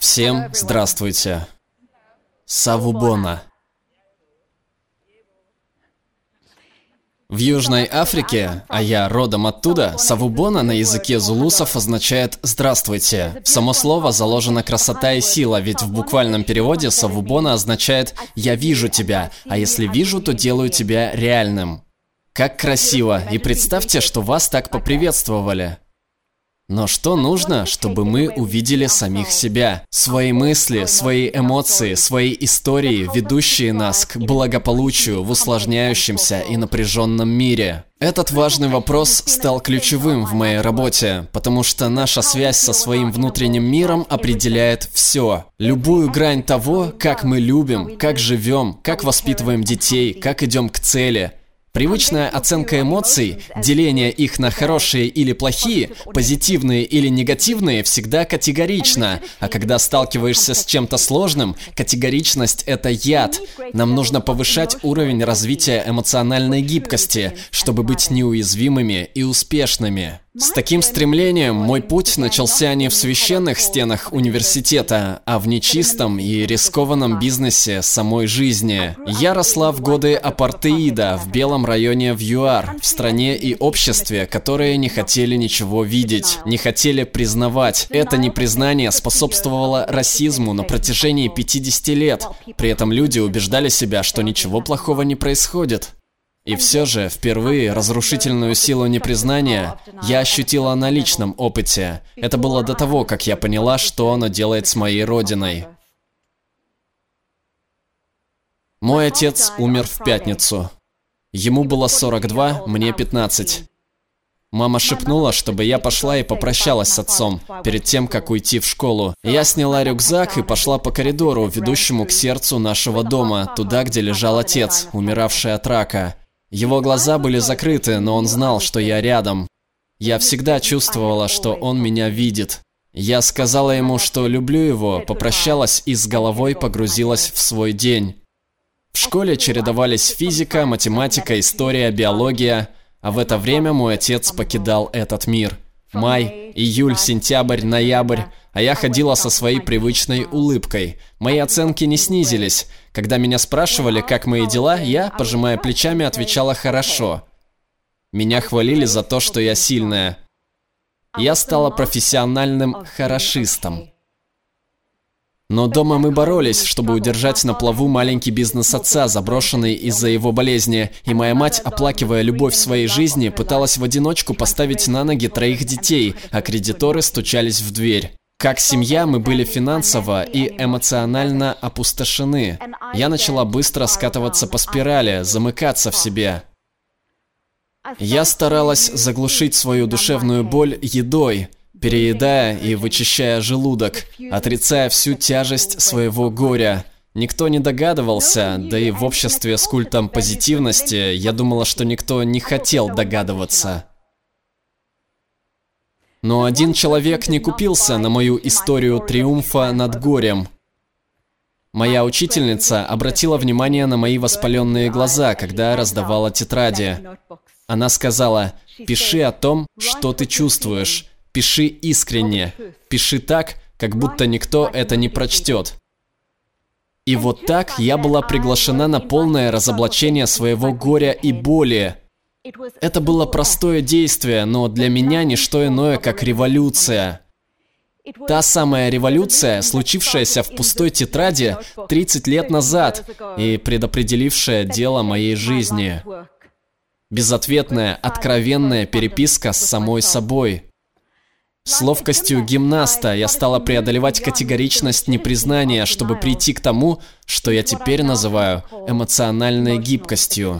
Всем здравствуйте. Савубона. В Южной Африке, а я родом оттуда, савубона на языке зулусов означает «здравствуйте». В само слово заложена красота и сила, ведь в буквальном переводе савубона означает «я вижу тебя», а если вижу, то делаю тебя реальным. Как красиво! И представьте, что вас так поприветствовали. Но что нужно, чтобы мы увидели самих себя? Свои мысли, свои эмоции, свои истории, ведущие нас к благополучию в усложняющемся и напряженном мире. Этот важный вопрос стал ключевым в моей работе, потому что наша связь со своим внутренним миром определяет все. Любую грань того, как мы любим, как живем, как воспитываем детей, как идем к цели. Привычная оценка эмоций, деление их на хорошие или плохие, позитивные или негативные, всегда категорична. А когда сталкиваешься с чем-то сложным, категоричность – это яд. Нам нужно повышать уровень развития эмоциональной гибкости, чтобы быть неуязвимыми и успешными. С таким стремлением мой путь начался не в священных стенах университета, а в нечистом и рискованном бизнесе самой жизни. Я росла в годы апартеида в белом районе в ЮАР, в стране и обществе, которые не хотели ничего видеть, не хотели признавать. Это непризнание способствовало расизму на протяжении 50 лет. При этом люди убеждали себя, что ничего плохого не происходит. И все же, впервые разрушительную силу непризнания я ощутила на личном опыте. Это было до того, как я поняла, что оно делает с моей родиной. Мой отец умер в пятницу. Ему было 42, мне 15. Мама шепнула, чтобы я пошла и попрощалась с отцом, перед тем, как уйти в школу. Я сняла рюкзак и пошла по коридору, ведущему к сердцу нашего дома, туда, где лежал отец, умиравший от рака. Его глаза были закрыты, но он знал, что я рядом. Я всегда чувствовала, что он меня видит. Я сказала ему, что люблю его, попрощалась и с головой погрузилась в свой день. В школе чередовались физика, математика, история, биология, а в это время мой отец покидал этот мир. Май, июль, сентябрь, ноябрь, а я ходила со своей привычной улыбкой. Мои оценки не снизились. Когда меня спрашивали, как мои дела, я, пожимая плечами, отвечала «хорошо». Меня хвалили за то, что я сильная. Я стала профессиональным хорошистом. Но дома мы боролись, чтобы удержать на плаву маленький бизнес отца, заброшенный из-за его болезни, и моя мать, оплакивая любовь в своей жизни, пыталась в одиночку поставить на ноги 3 детей, а кредиторы стучались в дверь. Как семья мы были финансово и эмоционально опустошены. Я начала быстро скатываться по спирали, замыкаться в себе. Я старалась заглушить свою душевную боль едой, переедая и вычищая желудок, отрицая всю тяжесть своего горя. Никто не догадывался, да и в обществе с культом позитивности я думала, что никто не хотел догадываться. Но один человек не купился на мою историю триумфа над горем. Моя учительница обратила внимание на мои воспаленные глаза, когда раздавала тетради. Она сказала: «Пиши о том, что ты чувствуешь. Пиши искренне. Пиши так, как будто никто это не прочтет». И вот так я была приглашена на полное разоблачение своего горя и боли. Это было простое действие, но для меня не что иное, как революция. Та самая революция, случившаяся в пустой тетради 30 лет назад и предопределившая дело моей жизни. Безответная, откровенная переписка с самой собой. С ловкостью гимнаста я стала преодолевать категоричность непризнания, чтобы прийти к тому, что я теперь называю эмоциональной гибкостью.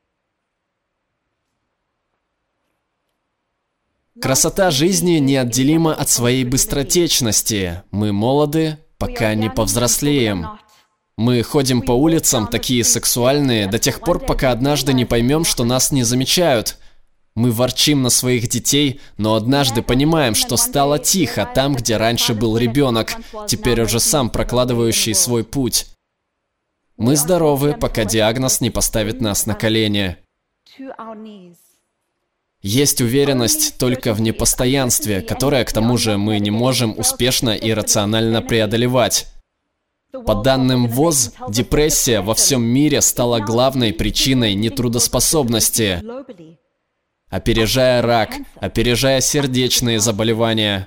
Красота жизни неотделима от своей быстротечности. Мы молоды, пока не повзрослеем. Мы ходим по улицам, такие сексуальные, до тех пор, пока однажды не поймем, что нас не замечают. Мы ворчим на своих детей, но однажды понимаем, что стало тихо там, где раньше был ребенок, теперь уже сам прокладывающий свой путь. Мы здоровы, пока диагноз не поставит нас на колени. Есть уверенность только в непостоянстве, которое, к тому же, мы не можем успешно и рационально преодолевать. По данным ВОЗ, депрессия во всем мире стала главной причиной нетрудоспособности, опережая рак, опережая сердечные заболевания.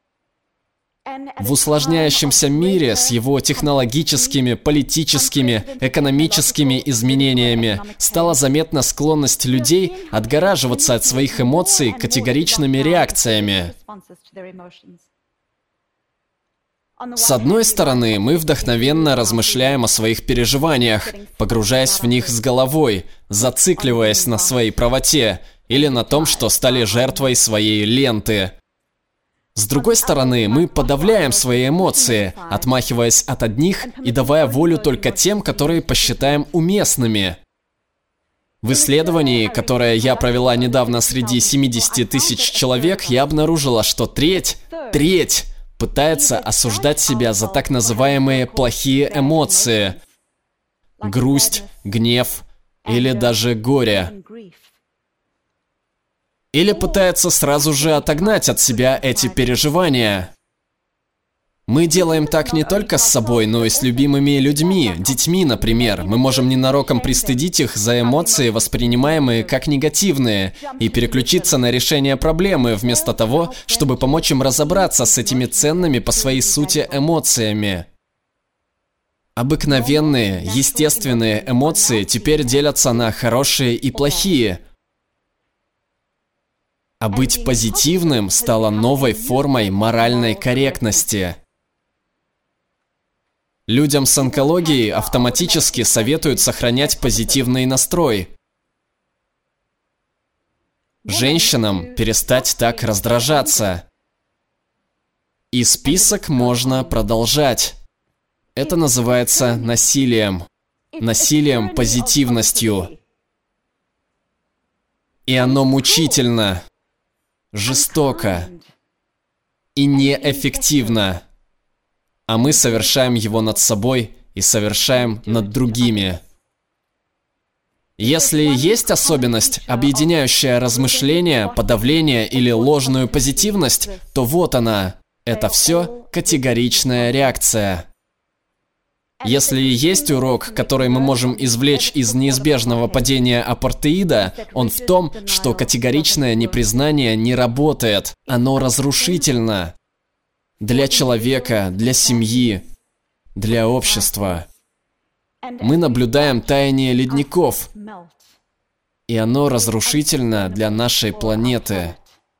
В усложняющемся мире с его технологическими, политическими, экономическими изменениями стала заметна склонность людей отгораживаться от своих эмоций категоричными реакциями. С одной стороны, мы вдохновенно размышляем о своих переживаниях, погружаясь в них с головой, зацикливаясь на своей правоте или на том, что стали жертвой своей ленты. С другой стороны, мы подавляем свои эмоции, отмахиваясь от одних и давая волю только тем, которые посчитаем уместными. В исследовании, которое я провела недавно среди 70 тысяч человек, я обнаружила, что треть пытается осуждать себя за так называемые плохие эмоции. Грусть, гнев или даже горе. Или пытается сразу же отогнать от себя эти переживания. Мы делаем так не только с собой, но и с любимыми людьми, детьми, например. Мы можем ненароком пристыдить их за эмоции, воспринимаемые как негативные, и переключиться на решение проблемы, вместо того, чтобы помочь им разобраться с этими ценными по своей сути эмоциями. Обыкновенные, естественные эмоции теперь делятся на хорошие и плохие. А быть позитивным стало новой формой моральной корректности. Людям с онкологией автоматически советуют сохранять позитивный настрой. Женщинам перестать так раздражаться. И список можно продолжать. Это называется насилием. Насилием позитивностью. И оно мучительно. Жестоко и неэффективно, а мы совершаем его над собой и совершаем над другими. Если есть особенность, объединяющая размышления, подавление или ложную позитивность, то вот она. Это все категоричная реакция. Если есть урок, который мы можем извлечь из неизбежного падения апартеида, он в том, что категоричное непризнание не работает. Оно разрушительно. Для человека, для семьи, для общества. Мы наблюдаем таяние ледников, и оно разрушительно для нашей планеты.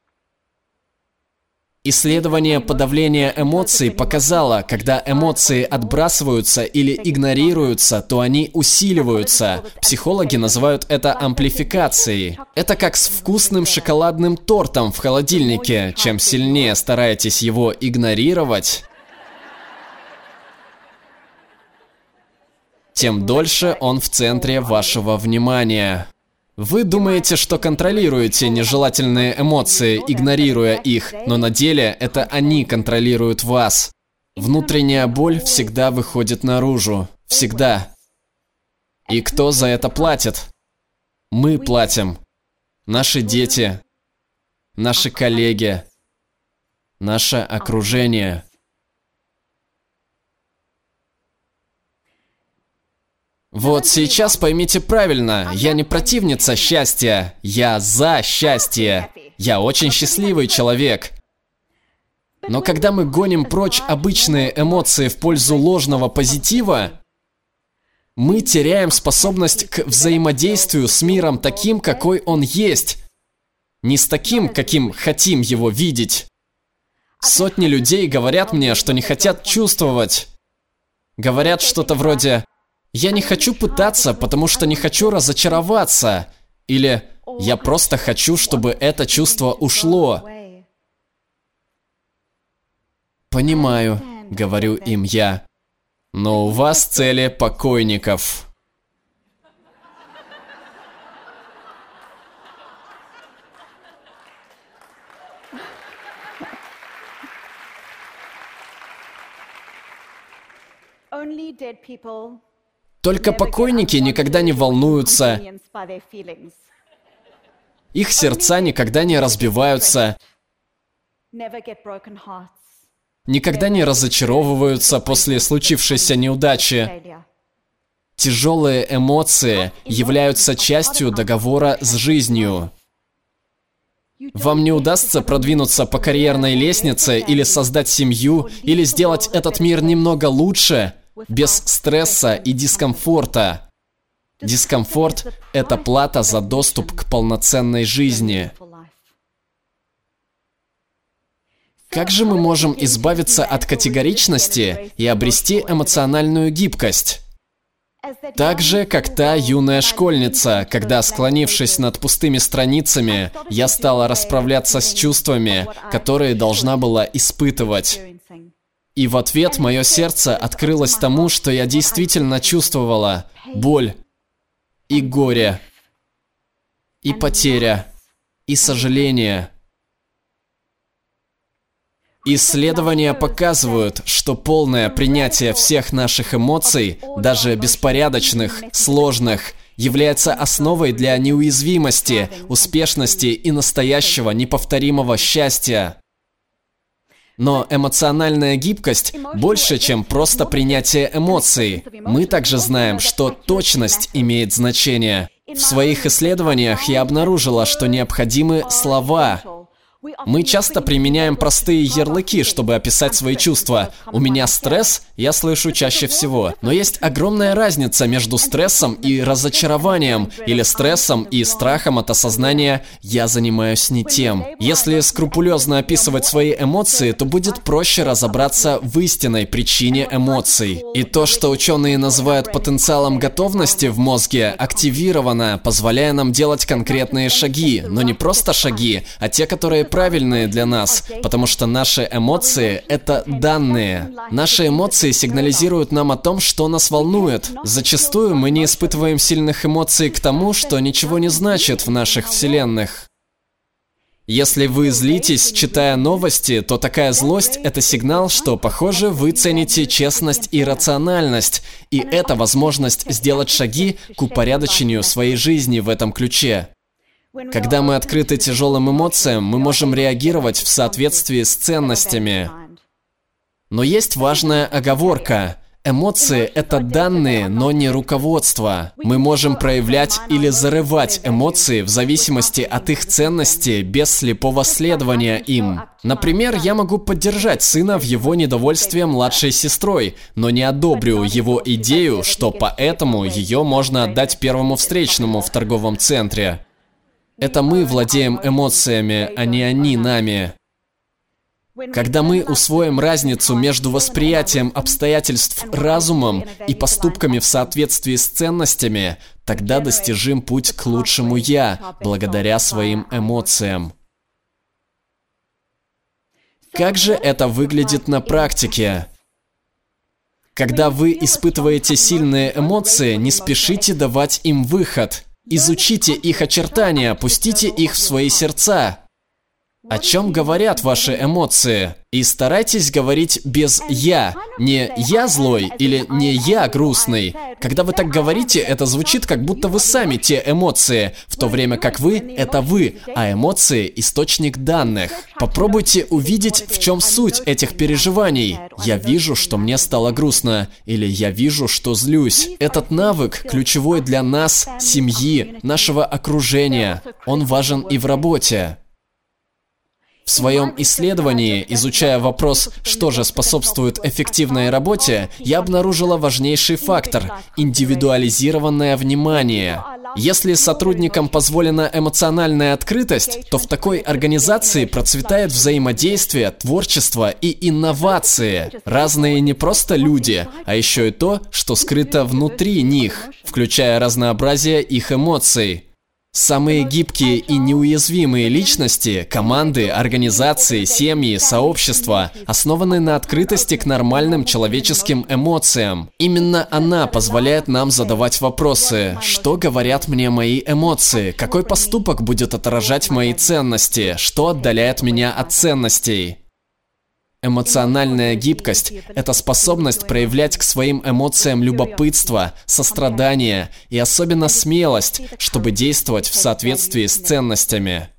Исследование подавления эмоций показало, когда эмоции отбрасываются или игнорируются, то они усиливаются. Психологи называют это амплификацией. Это как с вкусным шоколадным тортом в холодильнике. Чем сильнее стараетесь его игнорировать, тем дольше он в центре вашего внимания. Вы думаете, что контролируете нежелательные эмоции, игнорируя их, но на деле это они контролируют вас. Внутренняя боль всегда выходит наружу. Всегда. И кто за это платит? Мы платим. Наши дети, наши коллеги, наше окружение. Вот сейчас поймите правильно, я не противница счастья, я за счастье. Я очень счастливый человек. Но когда мы гоним прочь обычные эмоции в пользу ложного позитива, мы теряем способность к взаимодействию с миром таким, какой он есть. Не с таким, каким хотим его видеть. Сотни людей говорят мне, что не хотят чувствовать. Говорят что-то вроде: «Я не хочу пытаться, потому что не хочу разочароваться». Или «Я просто хочу, чтобы это чувство ушло». «Понимаю», — говорю им я, — «но у вас цели покойников». Только покойники никогда не волнуются Их сердца никогда не разбиваются, никогда не разочаровываются после случившейся неудачи. Тяжелые эмоции являются частью договора с жизнью. Вам не удастся продвинуться по карьерной лестнице или создать семью, или сделать этот мир немного лучше без стресса и дискомфорта. Дискомфорт – это плата за доступ к полноценной жизни. Как же мы можем избавиться от категоричности и обрести эмоциональную гибкость? Так же, как та юная школьница, когда, склонившись над пустыми страницами, я стала расправляться с чувствами, которые должна была испытывать. И в ответ мое сердце открылось тому, что я действительно чувствовала: боль, и горе, и потеря, и сожаление. Исследования показывают, что полное принятие всех наших эмоций, даже беспорядочных, сложных, является основой для неуязвимости, успешности и настоящего неповторимого счастья. Но эмоциональная гибкость больше, чем просто принятие эмоций. Мы также знаем, что точность имеет значение. В своих исследованиях я обнаружила, что необходимы слова. Мы часто применяем простые ярлыки, чтобы описать свои чувства. У меня стресс, я слышу чаще всего. Но есть огромная разница между стрессом и разочарованием, или стрессом и страхом от осознания «я занимаюсь не тем». Если скрупулезно описывать свои эмоции, то будет проще разобраться в истинной причине эмоций. И то, что ученые называют потенциалом готовности в мозге, активировано, позволяя нам делать конкретные шаги, но не просто шаги, а те, которые правильные для нас, потому что наши эмоции — это данные. Наши эмоции сигнализируют нам о том, что нас волнует. Зачастую мы не испытываем сильных эмоций к тому, что ничего не значит в наших вселенных. Если вы злитесь, читая новости, то такая злость — это сигнал, что, похоже, вы цените честность и рациональность, и это возможность сделать шаги к упорядочению своей жизни в этом ключе. Когда мы открыты тяжелым эмоциям, мы можем реагировать в соответствии с ценностями. Но есть важная оговорка. Эмоции — это данные, но не руководство. Мы можем проявлять или зарывать эмоции в зависимости от их ценности без слепого следования им. Например, я могу поддержать сына в его недовольстве младшей сестрой, но не одобрю его идею, что поэтому ее можно отдать первому встречному в торговом центре. Это мы владеем эмоциями, а не они нами. Когда мы усвоим разницу между восприятием обстоятельств разумом и поступками в соответствии с ценностями, тогда достижим путь к лучшему «я» благодаря своим эмоциям. Как же это выглядит на практике? Когда вы испытываете сильные эмоции, не спешите давать им выход. Изучите их очертания, пустите их в свои сердца. О чем говорят ваши эмоции? И старайтесь говорить без «я». Не «я злой» или не «я грустный». Когда вы так говорите, это звучит, как будто вы сами те эмоции, в то время как вы — это вы, а эмоции — источник данных. Попробуйте увидеть, в чем суть этих переживаний. «Я вижу, что мне стало грустно» или «я вижу, что злюсь». Этот навык ключевой для нас, семьи, нашего окружения. Он важен и в работе. В своем исследовании, изучая вопрос, что же способствует эффективной работе, я обнаружила важнейший фактор – индивидуализированное внимание. Если сотрудникам позволена эмоциональная открытость, то в такой организации процветает взаимодействие, творчество и инновации. Разные не просто люди, а еще и то, что скрыто внутри них, включая разнообразие их эмоций. Самые гибкие и неуязвимые личности, команды, организации, семьи, сообщества основаны на открытости к нормальным человеческим эмоциям. Именно она позволяет нам задавать вопросы: что говорят мне мои эмоции, какой поступок будет отражать мои ценности, что отдаляет меня от ценностей. Эмоциональная гибкость – это способность проявлять к своим эмоциям любопытство, сострадание и особенно смелость, чтобы действовать в соответствии с ценностями.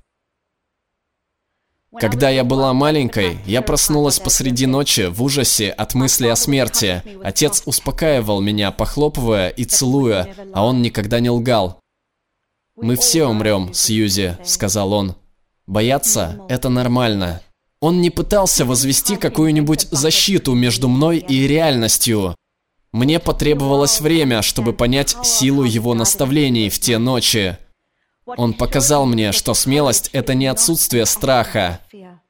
Когда я была маленькой, я проснулась посреди ночи в ужасе от мысли о смерти. Отец успокаивал меня, похлопывая и целуя, а он никогда не лгал. «Мы все умрем, Сьюзи», — сказал он. «Бояться — это нормально». Он не пытался возвести какую-нибудь защиту между мной и реальностью. Мне потребовалось время, чтобы понять силу его наставлений в те ночи. Он показал мне, что смелость — это не отсутствие страха.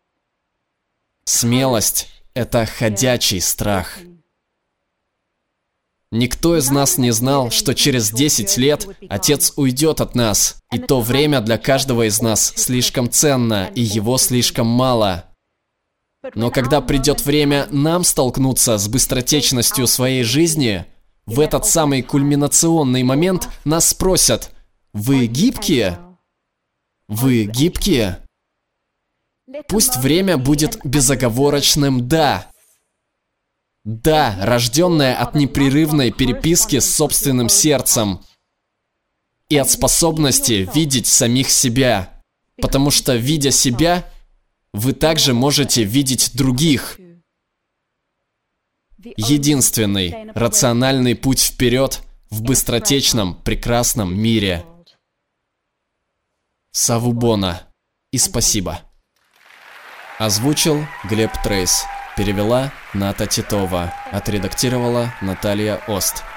Смелость — это ходячий страх. Никто из нас не знал, что через 10 лет Отец уйдет от нас, и то время для каждого из нас слишком ценно, и его слишком мало. Но когда придет время нам столкнуться с быстротечностью своей жизни, в этот самый кульминационный момент нас спросят: «Вы гибкие? Вы гибкие?» Пусть время будет безоговорочным «да». Да, рожденное от непрерывной переписки с собственным сердцем и от способности видеть самих себя. Потому что, видя себя, вы также можете видеть других. Единственный рациональный путь вперед в быстротечном, прекрасном мире. Савубона. И спасибо. Озвучил Глеб Трейс. Перевела Ната Титова. Отредактировала Наталья Ост.